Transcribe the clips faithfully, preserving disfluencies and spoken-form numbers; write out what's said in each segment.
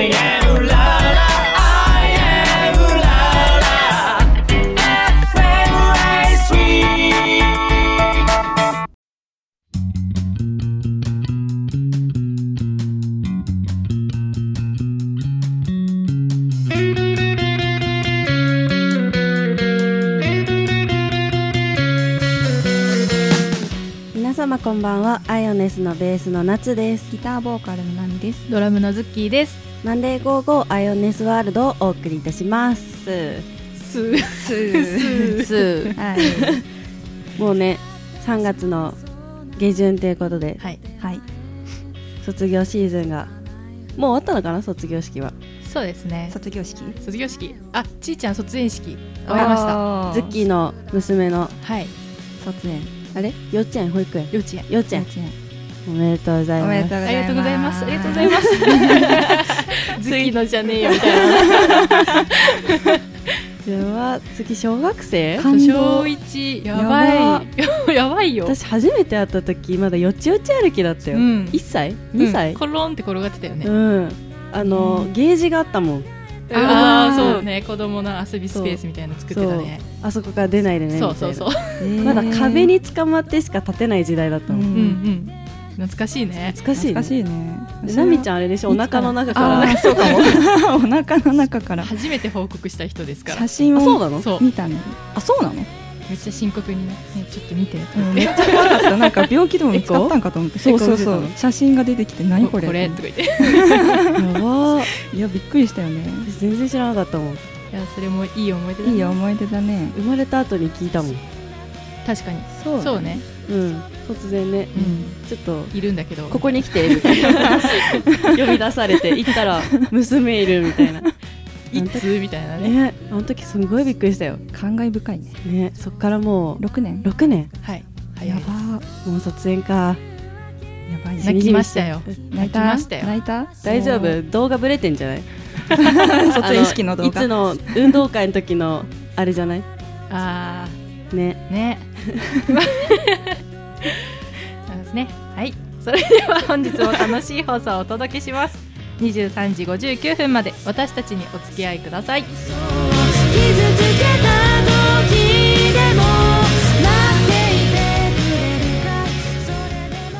I am la la I am la la エフエム ライスウィー皆様こんばんは。アイオネスのベースの夏です。 ギターボーカルのナミです。 ドラムのズッキーです。 マンデーゴーゴーアイオネスワールドをお送りいたします。 スースースーはい、もうねさんがつの下旬ということで、 はい、 はい、 卒業シーズンがもう終わったのかな。卒業式はそうですね。 卒業式卒業式あちーちゃん卒園式終わりました。 ズッキーの娘のはい卒園あれ幼稚園保育園幼稚園幼稚園おめでとうございます。 おめでとうありがとうございますありがとうございますズッキーのじゃねえよみたいなでは次小学生小いちやばいやばいよ。 私初めて会った時まだよちよち歩きだったよ、うん、いっさいにさい、 うん、コロンって転がってたよね、 うん、あの、うん、ゲージがあったもん。 ああそうね、子供の遊びスペースみたいなの作ってたね。 あそこから出ないでねみたいな。 そうそうそう、 えー、まだ壁に捕まってしか立てない時代だったもん、うんうん、 懐かしいね懐かしい ね, 懐かしいね。 ナミちゃんあれでしょ、お腹の中からあそうかもお腹の中から初めて報告した人ですから。 写真をそうなの見たの。あそうなの。 めっちゃ深刻にねちょっと見て、 うん、めっちゃ怖かったなんか病気でも見つかったんかと思ってそうそうそう写真が出てきて何これこれとか言ってやばいやびっくりしたよね。 全然知らなかったもん。いやそれもいい思い出だね。 いい思い出だね。 生まれた後に聞いたもん。 確かにそう、ね、 そうね、 うん、突然ね、うん、ちょっといるんだけどここに来てみたいな呼び出されて行ったら娘いるみたいないつみたいな ね, ねあの時すごいびっくりしたよ。 感慨深い ね, ねそっからもうろくねんろくねんはいやばもう卒園か。 やばいね。 泣きましたよ泣いた泣きましたよ。 泣いた大丈夫。動画ブレてんじゃない卒園式の動画いつの運動会の時のあれじゃない。 あーねねなんですね。はいそれでは本日も楽しい放送をお届けします。にじゅうさんじごじゅうきゅうふんまで私たちにお付き合いください。傷つけた時でも待っていてくれるかそれでも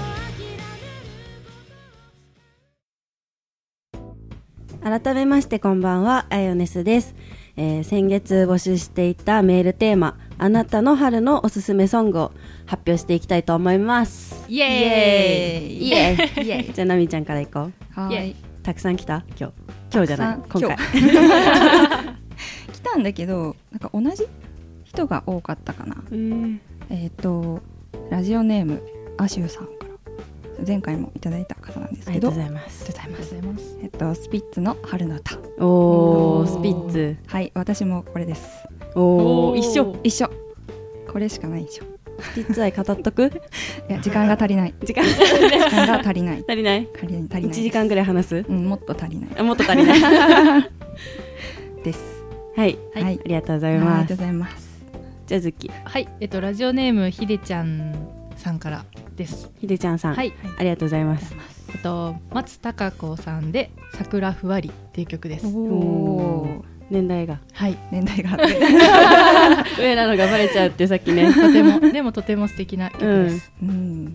諦める。改めましてこんばんは、アイオネスです。えー、先月募集していたメールテーマあなたの春のおすすめソングを発表していきたいと思います。 イエーイイエーイイエーイじゃあナミちゃんからいこう。 はいたくさん来た今日今日じゃない今回来たんだけどなんか同じ人が多かったかな。えー、えー、とラジオネームアシューさんから前回もいただいた方なんですけどありがとうございます。 ありがとうございます。えっとスピッツの春の歌。 おースピッツ。 はい私もこれです。 おー一緒一緒これしかないでしょ。 スピッツ愛語っとくいや時間が足りない時間時間が足りない足りない足りないいちじかんぐらい話す、 うん、もっと足りないあもっと足りないです。 はい、 はい、 ありがとうございます。 ありがとうございます。 じゃあズッキはいえっとラジオネームひでちゃんさんからです。 ひでちゃんさん、 はい、 ありがとうございます。 えっと松たか子さんで桜ふわりっていう曲です。 おー年代がはい年代があって上なのがバレちゃうってさっきねとてもでもとても素敵な曲です、 うんうん、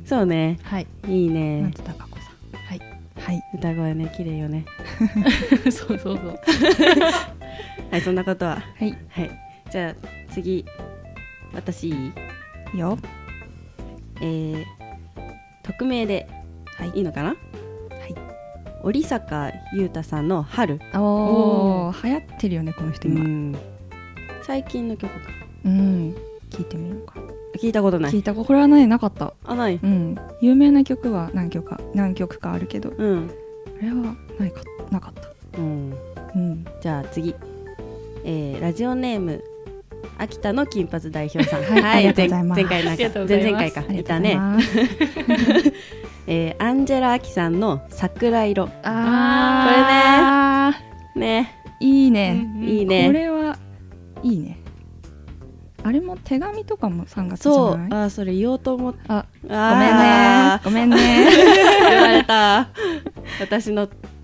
そうねはいいいね。 松たか子さんはいはい、 歌声ね綺麗よねそうそうそうはいそんなことははいはいじゃあ次私いいいいよ。 えー、匿名で、はい、いいのかな。はい織坂優太さんの春。 おー流行ってるよねこの人今。うん最近の曲か。 うん聞いてみようか。 聞いたことない。 聞いたこれはねなかった。 あない。 うん有名な曲は何曲か何曲かあるけど、 うん、 これはないかなかった。 うんうん、 じゃあ次、えー、ラジオネーム秋田の金髪代表さん。 はい、はい、ありがとうございます。 前回なんか前々回かいたね。えー、アンジェラ・アキさんの桜色。 あこれねねいいね、 うん、いいね。 これはいいね。あれも手紙とかもさんがつじゃない。 そうあそれ言おうと思って。 あごめんねごめんね言われた私の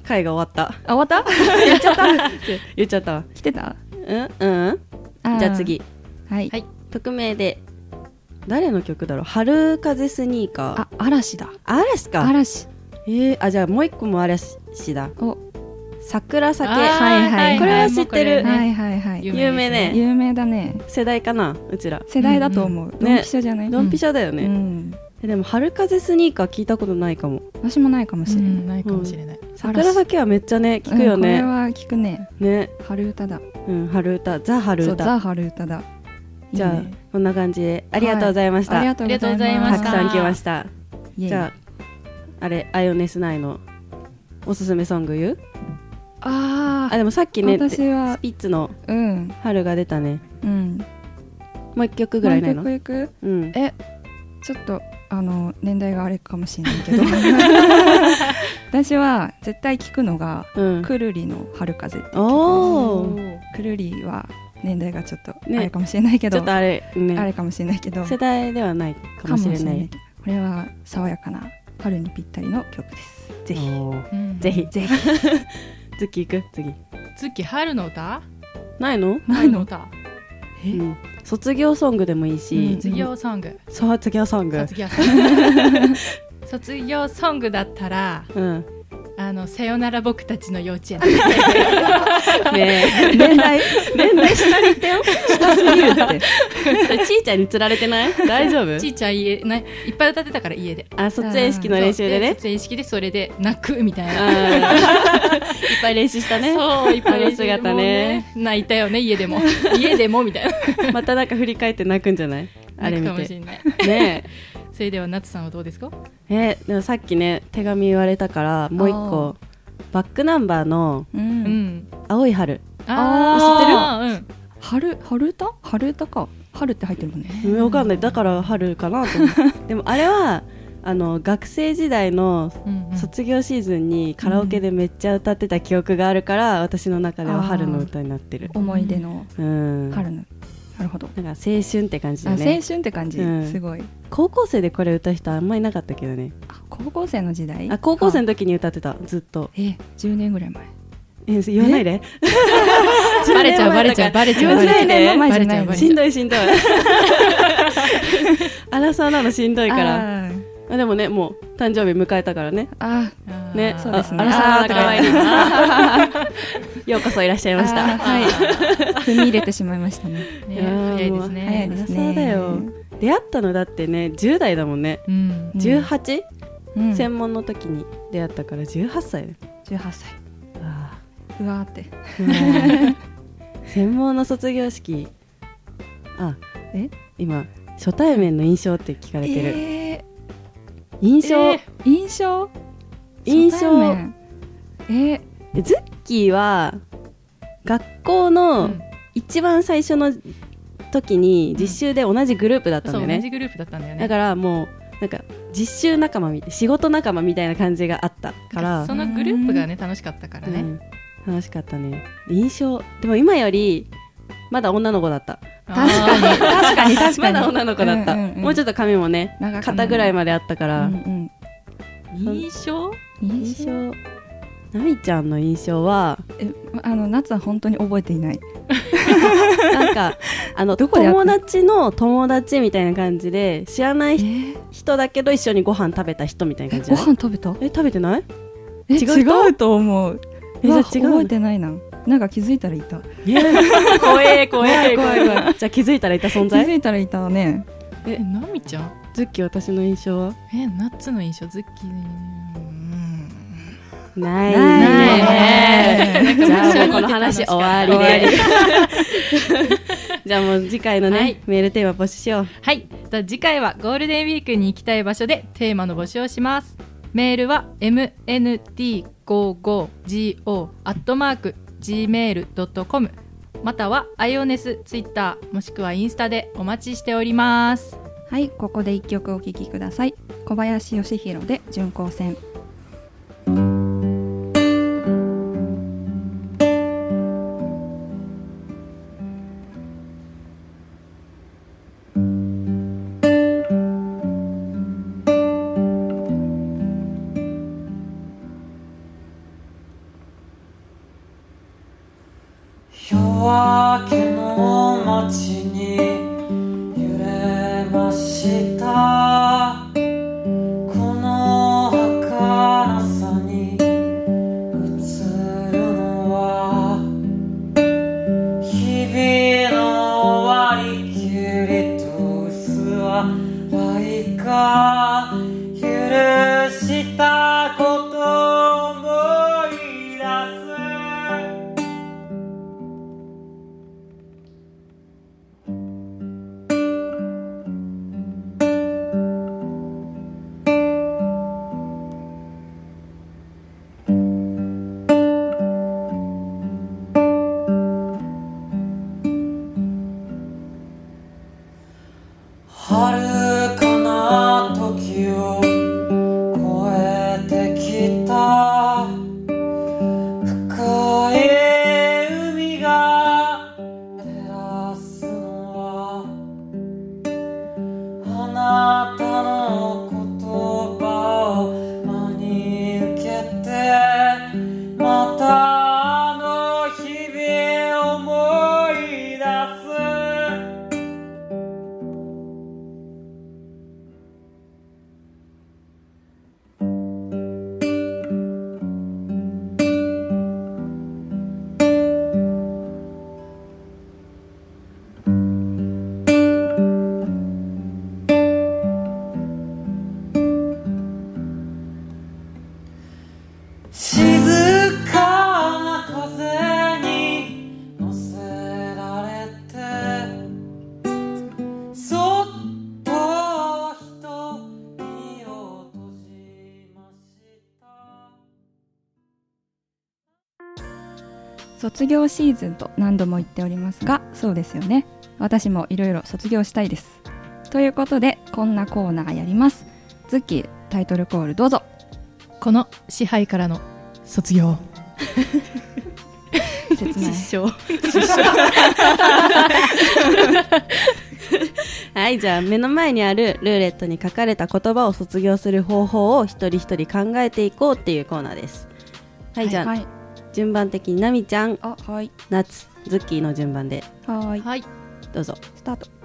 回が終わったあ、終わった言っちゃった言っちゃったわ来てた。 うんうんあじゃあ次はい、 はい匿名で誰の曲だろう春風スニーカーあ、嵐だ。 嵐か嵐。 えー、あじゃあもう一個も嵐だお、 桜酒あーはいはいこれは知ってる、 もうこれねはいはいはい。 有有名ね有名だね。 世代かなうちら世代だと思う。ドンピシャじゃない？ ドンピシャだよね、 うん。 えでも春風スニーカー聞いたことないかも私もないかもしれない。 うんないかもしれない、 桜酒はめっちゃね聞くよね、 うんこれは聞くね。 ね春歌だ。 うん春歌ザ春そう、 歌ザ春歌だ。 じゃあいいねこんな感じでありがとうございました、 ありがとうございます。 たくさん来ましたイエイじゃああれアイオネスナイのおすすめソング言うああでもさっきね私はスピッツのうん春が出たねうん。 もう一曲ぐらいないのもう一曲行く？ うんえ、ちょっとあの年代があれかもしれないけど私は絶対聞くのがうんくるりの春風っていう曲。 おおくるりは年代がちょっとあねれかもしれないけど、 ちょっとあれねあれかもしれないけど世代ではないかもしれないけど、これは爽やかな春にぴったりの曲です。ぜひおーうんぜひぜひ。 ズッキー行く次月春の歌ないのないの？ 歌うん卒業ソングでもいいし、 卒業ソング卒業ソング卒業ソング卒業ソングだったらうんあのさよなら僕たちの幼稚園ねえ年代年代下に行ったよ下すぎるってちーちゃんに釣られてない大丈夫ちいちゃん家ないいっぱい歌ってたから家であ卒園式の練習でね卒園式でそれで泣くみたいうんないっぱい練習したねそういっぱい練習あの姿ねもう泣いたよね家でも家でもみたいなまたなんか振り返って泣くんじゃないあれ泣く見かもしてれないねそれでは夏さんはどうですかええでもさっきね手紙言われたからもう一個バックナンバーのう。 うんん青い春、 あー知ってる春春歌？春歌か。春って入ってるもんね。 うん、わかんないだから春かなと思ってでもあれはあの学生時代のうんうん卒業シーズンにカラオケでめっちゃ歌ってた記憶があるから、私の中では春の歌になってる思い出のうん春の。なるほど。 なんか青春って感じあ、青だね春って感じ。 うんすごい。 高校生でこれ歌う人あんまりいなかったけどねあ、高校生の時代？ あ高校生の時に歌ってたずっとえ、じゅうねんぐらい前。 え言わないでバレちゃうバレちゃうバレちゃうじゅうねんまえ前じゃないバレちゃうバレちゃうしんどいしんどいアラサーなのしんどいからあーあでもねもう誕生日迎えたからねああーねそうですねあアラサーの仲間入りようこそいらっしゃいましたあーはい踏み入れてしまいましたね。 ねいやー早いですね早いですねアラサーだよ出会ったのだってねじゅう代だもんね、 うんうんじゅうはち、 うん専門の時に出会ったからじゅうはっさいだよじゅうはっさい。 あうわーって。 ー専門の卒業式あえ今初対面の印象って聞かれてる、 え印象、 えー、印象？ 印象初対面えー、 えズッキーは学校うのん一番最初の時に実習で同じグループだったんだそうよね、 同じグループだったんだよねだからもうなんか実習仲間みたい仕事仲間みたいな感じがあったからそのグループがね楽しかったからね、 うん楽しかったね印象でも今よりまだ女の子だった確かに確かに確かにまだ女の子だった、 うんうんうんもうちょっと髪もね長く肩ぐらいまであったから、 うん印象うん、 印印象象なみちゃんの印象はえあの夏は本当に覚えていない。 なんかあのどこで会った友達の友達みたいな感じで知らないえー、 人だけど一緒にご飯食べた人みたいな感じじごゃない飯食べた？ え食べてないえ違う人違うと思う。うわえじゃあ違うの覚えてないな。なんか気づいたらいた。 怖え怖え怖い怖いじゃあ気づいたらいた存気在づいたらいたね。 えなみちゃんズッキー私の印象はえナッツの印象ズッキーうんないないねじゃあもうこの話終わり終わでじゃあもう次回のね、 はいメールテーマ募集しようはいと次回はゴールデンウィークに行きたい場所でテーマの募集をしますメールは エムエヌティーごじゅうごジーオー アットマーク ジーメールドットコム またはアイオネスツイッターもしくはインスタでお待ちしておりますはい、ここで一曲お聴きください。小林義弘で巡航船。 夜明けの街に揺れました。この儚さに映るのは日々の割り切りと薄笑いが許したことを思い出す。遥かな時を越えてきた深い海が照らすのはあなたの言葉を真に受けてまたあの日々思い出す。静かな風に乗せられてそっと瞳を閉じました。 卒業シーズンと何度も言っておりますが、そうですよね。私もいろいろ卒業したいです。ということでこんなコーナーやります。ズッキー、タイトルコールどうぞ。 この支配からの卒業。 切ない失笑。 はい、じゃあ目の前にあるルーレットに書かれた言葉を卒業する方法を一人一人考えていこうっていうコーナーです。はい、じゃあ、 はい、 順番的にナミちゃん、 あ、はい、 ナツ、ズッキーの順番ではい、 はい。 どうぞ。 スタート。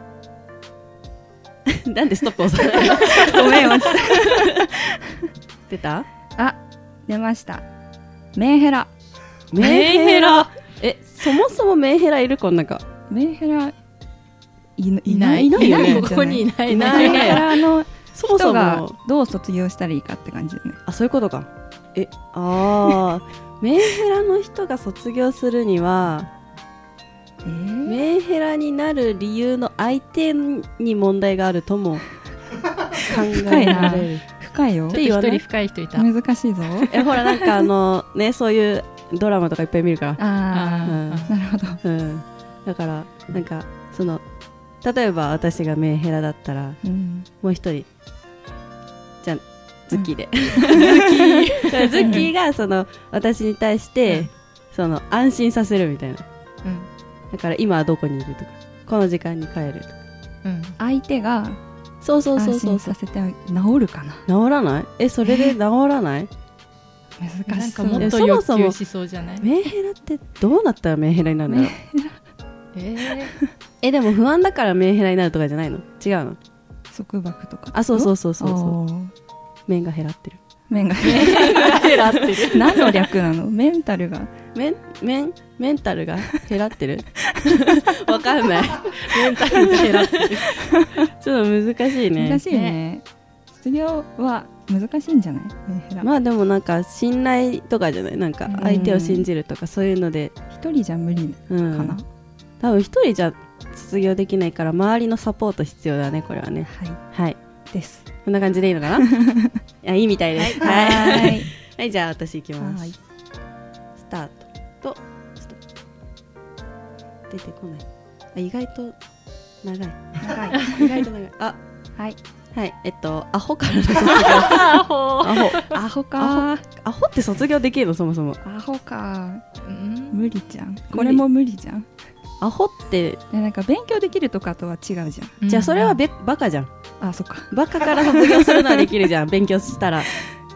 なんでストップ押さないの？ ごめん、待って。 出た？ あ、出ました。メンヘラ。 メンヘラ。え、そもそもメンヘラいるこの中？ メンヘラいいいない。 いないよね。 ここにいない。 いないメンヘラのそもそ人がもどう卒業したらいいかって感じだね。 あ、そういうことか。え、ああ、メンヘラの人が卒業するには、 えー、 メンヘラになる理由の相手に問題があるとも考えられる。 深いよ。 って言わない一人深い人いた。 難しいぞ。 え、ほらなんかあのね、そういうドラマとかいっぱい見るから。 あうんあ、なるほど。 うん、だからなんかその例えば私がメンヘラだったらうん、 もう一人じゃあズッキーで、うん、ズッキーズッキーがその私に対して、うん、その安心させるみたいな、 うん、 だから今はどこにいるとかこの時間に帰るとか、 うん、 相手がそうそうそう安そう心させて治るかな。 治らない？え、それで治らない？ 難しそう。 なんかもっと欲求しそうじゃない？ メンヘラってどうなったらメンヘラになるんだろう？ えー、 え、でも不安だからメンヘラになるとかじゃないの？違うの？ 束縛とか。 あ、そうそうそうそうそう。 う。 面が減らってる。 面が減らってる。 何の略なの？メンタルが。 メン、メン、メンタルが減らってるわかんない。メンタルが減らってる。ちょっと難しいね。 難しいね。卒業は難しいんじゃない？メンヘラ。 まあでもなんか信頼とかじゃない？なんか相手を信じるとかそういうので。 一人じゃ無理かな。うん、 多分一人じゃ卒業できないから周りのサポート必要だね、これはね。 はい。 はい。 です。 こんな感じでいいのかな？いや、いいみたいです。 はい。はい。 はい、じゃあ私行きます。はい。スタートと、ストップ。出てこない。あ、意外と長い。 長い。 意外と長い。あ、 はい。 はい、えっと、アホからの卒業。 アホ。 アホ。 アホか。 アホって卒業できるの、そもそも。 アホか。 うん、 無理じゃん。これも無理じゃん。 アホって、 なんか勉強できるとかとは違うじゃん。 うん、じゃあそれはべバカじゃん。 あ、そっか。 バカから卒業するのはできるじゃん、勉強したら。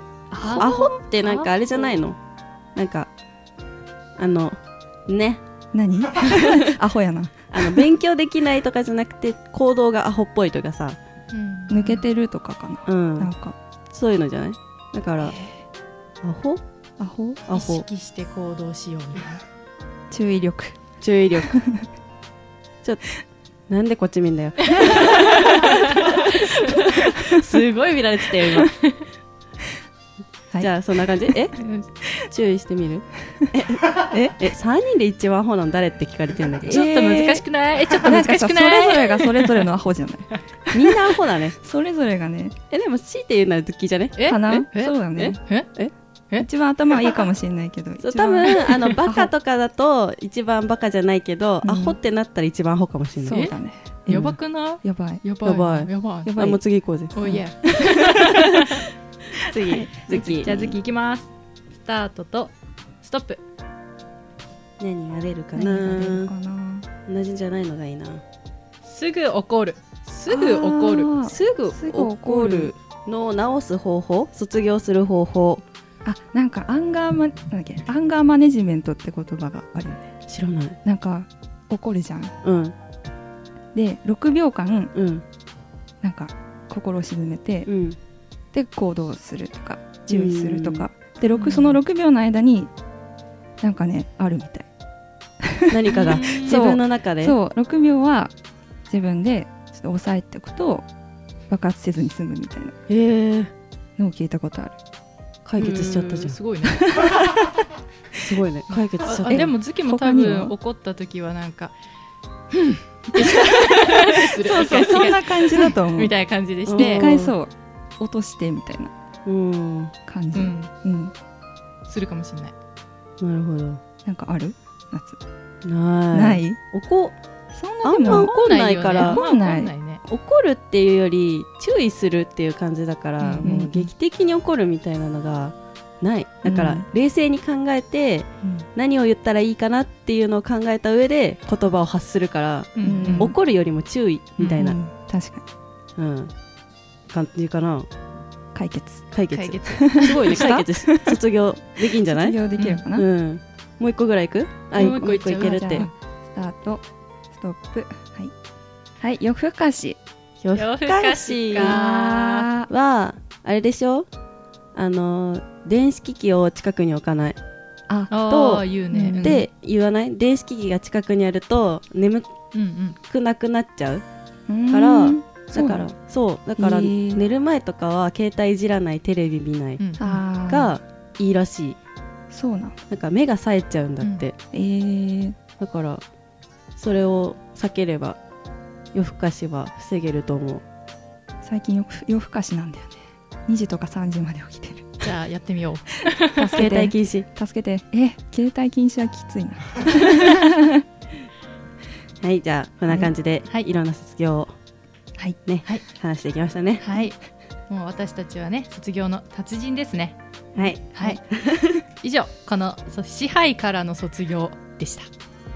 アホってなんかあれじゃないの？なんか、あの、ね。 何アホやな。 あの勉強できないとかじゃなくて行動がアホっぽいとかさ、 うん、 抜けてるとかかな、 うん、 なんかそういうのじゃない？だからアホアホアホ意識して行動しようみたいな。 注意力注意力ちょっとなんでこっち見んだよすごい見られてたよ今はい、じゃあそんな感じえ注意してみるえええさんにんで一番アホなの誰って聞かれてるんだけど、 ちょっと難しくない？えちょっと難しくない？ それぞれがそれぞれのアホじゃないみんなアホだねそれぞれがね。 えでも強いて言うならズッキーじゃねかな。 えそうだね。 えええ一番頭いいかもしれないけどそう多分あのバカとかだと一番バカじゃないけど、うん、アホってなったら一番アホかもしれない。 そうだね。 やばくない？ やばいやばいやばいやばい。 やばい。もう次行こうぜ。 おいえ。 次、はい、次じゃあ次行きます。スタートとストップ。 何が出るかな。 何が出るかな。 同じじゃないのがいいな。 すぐ怒る。すぐ怒る。 すぐ怒るのを直す方法。卒業する方法。 あ、なんかアンガーマ、なんだっけ、アンガーマネジメントって言葉があるよね。 知らない。 なんか怒るじゃん。 うん。 でろくびょうかん、 うん、なんか心を鎮めて、 うん、 で行動するとか注意するとか、うん、でろくそのろくびょうの間になんかねあるみたい何かが自分の中でそうろくびょうは自分でちょっと抑えておくと爆発せずに済むみたいなのを聞いたことある。 解決しちゃったじゃん。 すごいねすごいね解決しちゃった。 でもズキも多分怒った時はなんかふんそうそうそんな感じだと思うみたいな感じでして一回そう落としてみたいな感じ、 うんうん、するかもしれない。 なるほど。 なんかある？夏ないない怒そんなでも怒んないから怒んない、 ね、怒るっていうより注意するっていう感じだから、うんうん、もう劇的に怒るみたいなのがないだから、うん、冷静に考えて、うん、何を言ったらいいかなっていうのを考えた上で言葉を発するから、うんうん、怒るよりも注意みたいな、うんうん、 確かに、 うん、感じかな。 解決解決解決すごいね解決し卒業できんじゃない？ 卒業できるかな、 うんうん、もう一個ぐらいいく？あもう一個いけるって。スタートストップ。はいはい。夜更かし夜更かしはあれでしょ、あの電子機器を近くに置かないあと言うね、 うん、で言わない？電子機器が近くにあると眠くなくなっちゃう、うんうん、からだからそうだから寝る前とかは携帯いじらない、テレビ見ない、うん、がいいらしい。 そうなんなんか目が冴えちゃうんだって、 うん、えー、 だからそれを避ければ夜更かしは防げると思う。 最近夜更かしなんだよね。にじとかさんじまで起きてる。 じゃあやってみよう携帯禁止助けて。え携帯禁止はきついなはいじゃあこんな感じで、はい、いろんな卒業を、 はいねはい、話していきましたね。 はいもう私たちはね卒業の達人ですね。 はい、はい、 以上この支配からの卒業でした。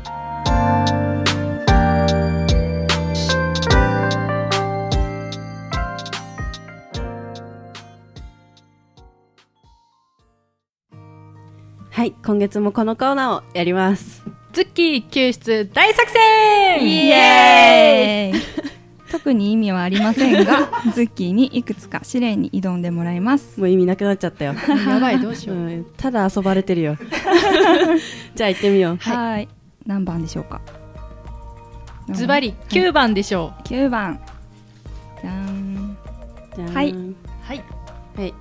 はい、今月もこのコーナーをやります。 ズッキー救出大作戦イエーイ特に意味はありませんがズッキーにいくつか試練に挑んでもらいます。 もう意味なくなっちゃったよやばいどうしよう、うん、 ただ遊ばれてるよじゃあ行ってみよう。 はい、はい何番でしょうか。 ズバリきゅうばんでしょう。 きゅうばんじゃんじゃんはいはいはい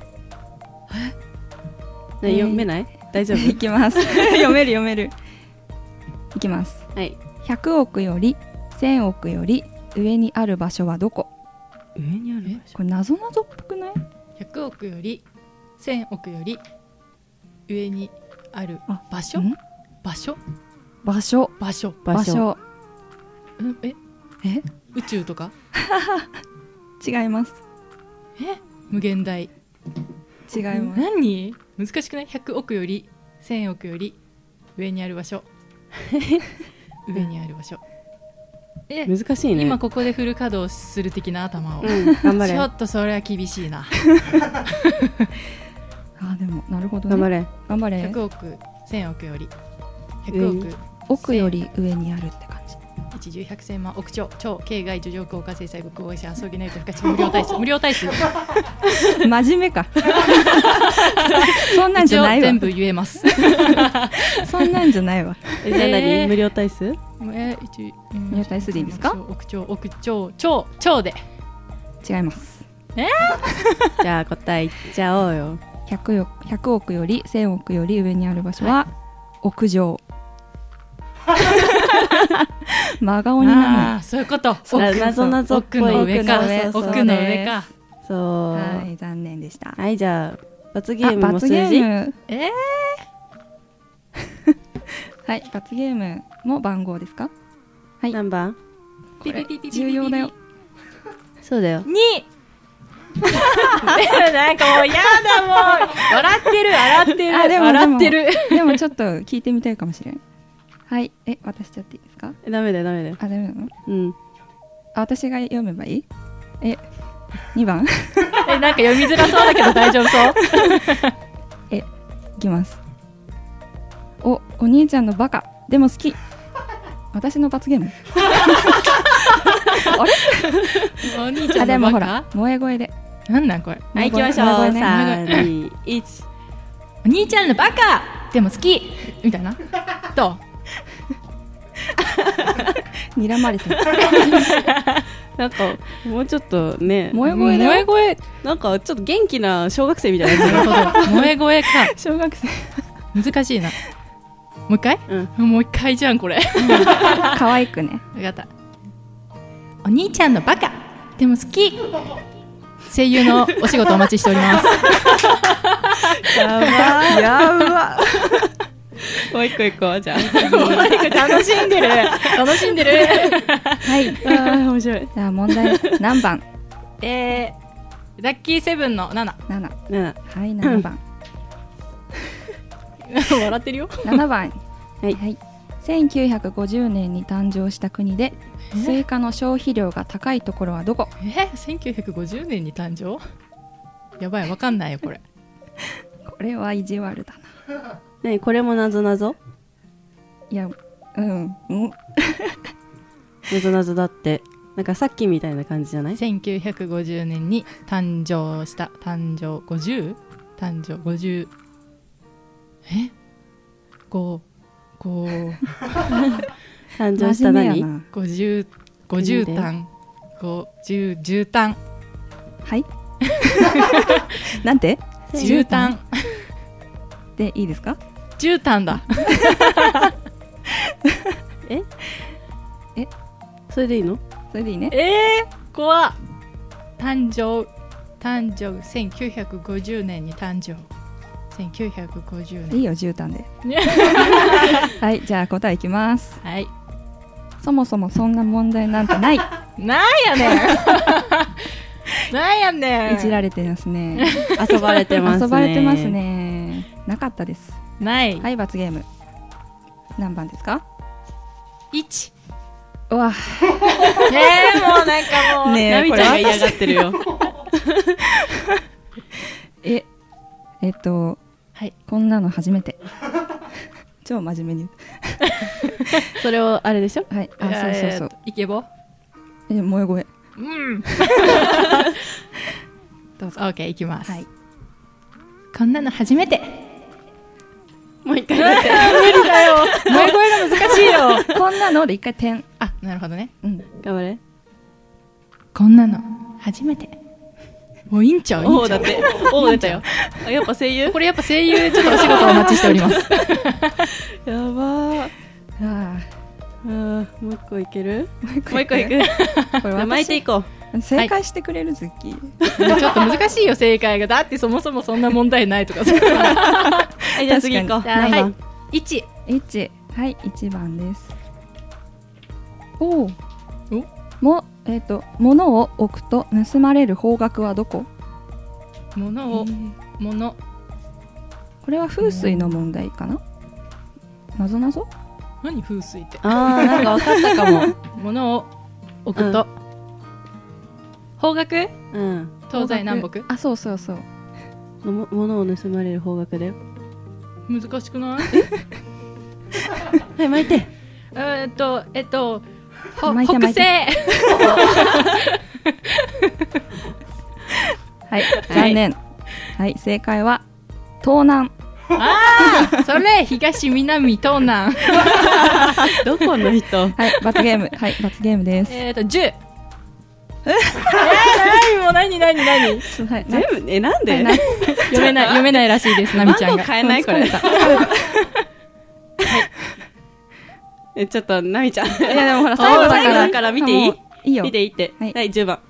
え読めない？大丈夫？ いきます読める読めるいきます。 はいひゃくおくよりせんおくより上にある場所はどこ？ 上にある場所？ これ謎謎っぽくない？ ひゃくおくよりせんおくより上にある場所？場所？ 場所場所場所、 うん、ええ宇宙とか違います。 え無限大違います。 何難しくない？ひゃくおくよりせんおくより上にある場所上にある場所え難しいね。 今ここでフル稼働する的な頭を、 うん、頑張れ。 ちょっとそれは厳しいなあでもなるほどね。 頑張れ頑張れ。 ひゃくおくせんおくよりひゃくおく奥より上にあるって感じ。 一重百千万億兆超境外叙情効果制裁国防者遊びないと不可知無料体数無料体数真面目かそんなんじゃないわ。 全部言えますそんなんじゃないわ。 えじゃあ何、 えー無料体数？ え一無料体数でいいですか？ 億兆億兆超超で違います。 じゃあ答えいっちゃおうよ。 ひゃくよひゃくおくよりせんおくより上にある場所は屋上。真顔になあーそういうことな謎謎っぽい奥の上か奥の上奥の上かそう、 る。はい、残念でした。 はいじゃあ罰ゲームあ、 も数字。 罰ゲーム。 えはい、罰ゲームも番号ですか？はい、 何番？ これ重要だよ。 そうだよ。 ー、になんかもうやだもう笑ってる笑ってるあでも笑ってるでもちょっと聞いてみたいかもしれん。はい、え、渡しちゃっていいですか？ えダメだよダメだよ。 あ、ダメなの？ うんあ、私が読めばいい？え、にばんえなんか読みづらそうだけど大丈夫そうえ、いきます。お、お兄ちゃんのバカでも好き。私の罰ゲーム。あれ？ お兄ちゃあ、 んでもほのバカら、萌え声で。 なんなんこれはい行きましょう。 萌え声ね三二一。 お兄ちゃんのバカでも好きみたいなどう睨まれてる。 なんかもうちょっとね、 萌え声だよ。 萌え声なんかちょっと元気な小学生みたいなやつ。 なるほど萌え声か小学生。 難しいなもう一回、 うん、 もう一回じゃんこれ可愛くね。 分かったお兄ちゃんのバカでも好き声優のお仕事お待ちしておりますやばやばもう一個行こうじゃあ。 楽しんでる楽しんでるはい。 あー面白い。 じゃあ問題何番？ えー、ラッキーセブンのなななな。 ねはい、ななばん。 笑ってるよななばん。 はいはい。せんきゅうひゃくごじゅうねんに誕生した国でスイカの消費量が高いところはどこ？ えせんきゅうひゃくごじゅうねんに誕生やばいわかんないよこれこれは意地悪だな。 ねこれもなぞなぞ。 いや、うんうん。 なぞなぞだって。なんかさっきみたいな感じじゃない？ せんきゅうひゃくごじゅうねんに誕生した誕生 ごじゅう? 誕生ごじゅうえごご誕生した真面目や何？ な。 ごじゅうごじゅう単ごじゅうじゅう単はいなんて？ じゅう単でいいですか？ じゅう単だええそれでいいの？ それでいいね。 えー、怖っ誕生誕生せんきゅうひゃくごじゅうねんに誕生せんきゅうひゃくごじゅうねんいいよ、絨毯で。はい、じゃあ答えいきます。 はいそもそもそんな問題なんてない。 なんやねんなんやねんいじられてますね。 遊ばれてますね。 遊ばれてますね。なかったです。 ないはい、罰ゲーム。何番ですか？ いちうわ、 えー、もうなんかもうねえナミちゃんが嫌がってるよ。 え、えっと、 はいこんなの初めて。超真面目にそれをあれでしょ？ 言う。はい、あ、そうそうそう。 イケボえ、萌え声。 うんどうぞ OK いきます、 はい。 こんなの初めてもう一回言って。 無理だよ萌え声が難しいよこんなので一回点。 あなるほどねうん。 頑張れ。 こんなの初めてもういいんちゃういいんちゃうおおだって。おお出たよ。あやっぱ声優？ これやっぱ声優ちょっとお仕事お待ちしておりますやばー。 ああーもう一個いける？ あ、もう一もう一個いく？ これじゃあ巻いていこう。 正解してくれるズッキー。 ちょっと難しいよ正解がだってそもそもそんな問題ないとかはいじゃあ次行こう。 確かに何番？ はいいちいち。はい、いちばんです。おお。 おも、えっ、と、物を置くと盗まれる方角はどこ？ 物を物これは風水の問題かな？なぞなぞ？ 何風水ってあーなんか分かったかも。 物を置くと、方角うん。 東西南北あ、そうそうそう。 も物を盗まれる方角だよ。 難しくないはい巻いて。 えっとえっとほ巻いて北西はい残念はい正解は東南。 ああそれ東南東南どこの人？ はい罰ゲームはい罰ゲームです。 えっとじゅうえー、何もう何何何はい全部えなんで？ はい読めない読めないらしいですなみちゃんが。 番号変えないこれ。えちょっとなみちゃん。いやでもほら最後だから最後だから見ていい？ もういいよ。 見ていいって。 はいはいじゅうばん。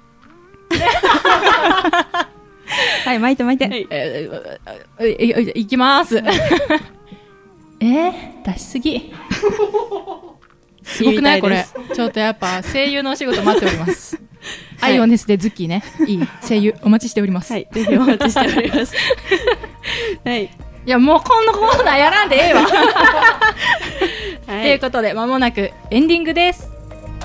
はい巻いて巻いて。 はいえー、いいいきますえー、出しすぎすごくないこれ。ちょっとやっぱ声優のお仕事待っておりますアイオネスでズッキーねいい声優お待ちしております。 はい、ぜひお待ちしております。はい。 いやもうこんなコーナーやらんでええわと、 はい、 いうことでまもなくエンディングです。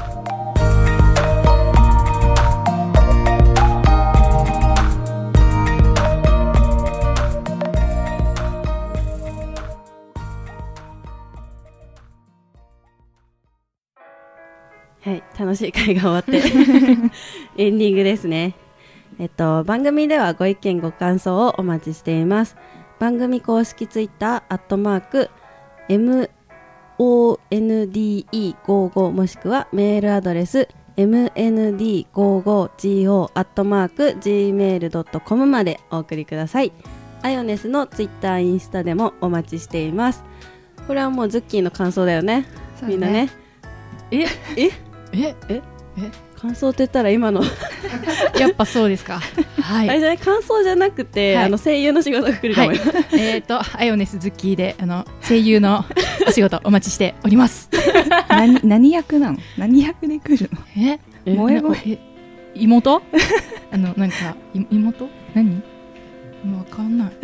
はい、楽しい会が終わってエンディングですね。えっと番組ではご意見ご感想をお待ちしています。番組公式ツイッターアットマーク エムオーエヌディーイーごじゅうご もしくはメールアドレス エムエヌディーごじゅうごジーオー アットマーク ジーメールドットコム までお送りください。アイオネスのツイッターインスタでもお待ちしています。これはもうズッキーの感想だよね。みんなね。 ええええ感想って言ったら今のやっぱそうですかはいあれじゃない感想じゃなくて、 はい、 あの声優の仕事が来るかもよ、 はい、えっとアイオネスズッキーであの声優のお仕事お待ちしております何, 何役なの？何役で来るの？ え萌え声え妹あのなんかい妹何わかんない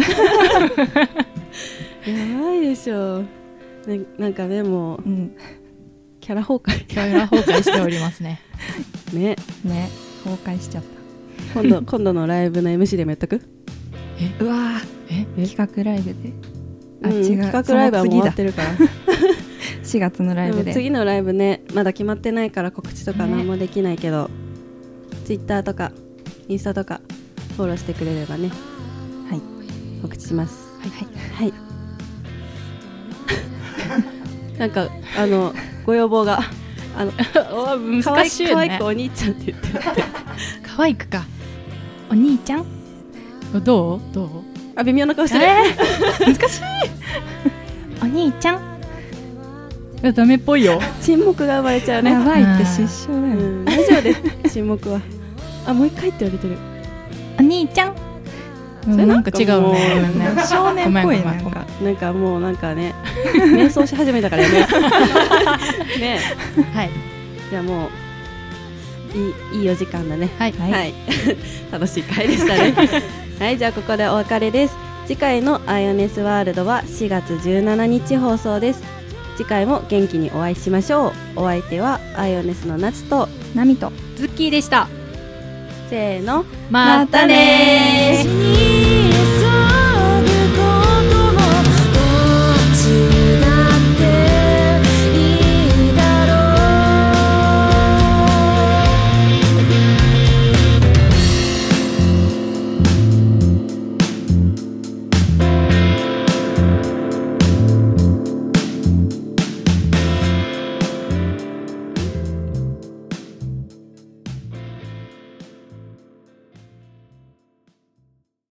やばいでしょな, なんかねもう、うん、キャラ崩壊キャラ崩壊しておりますねねね崩壊しちゃった今度今度のライブの エムシー でもやっとくえうわえ企画ライブであ、うん、違う企画ライブはもう終わってるからしがつのライブで次のライブねまだ決まってないから告知とか何もできないけど、ね、ツイッターとかインスタとかフォローしてくれればねはい告知しますはいはい、はいなんかあのご要望があの難しいよね。 可愛くお兄ちゃんって言ってるって可愛くかお兄ちゃんどうどうあ微妙な顔してる、 えー、難しいお兄ちゃんいやダメっぽいよ沈黙が生まれちゃうねやばいって失笑だよ、うん、 大丈夫です沈黙はあもう一回って言われてるお兄ちゃんなんか違うね少年っぽいなんかなんかもうなんかね瞑想し始めたからねねはいじゃあもういいいいお時間だねはい、 はい、楽しい回でしたねはいじゃあここでお別れです。次回のアイオネスワールドはしがつじゅうしちにち放送です。次回も元気にお会いしましょう。お相手はアイオネスの夏とナミとズッキーでした。 せーのまたねー。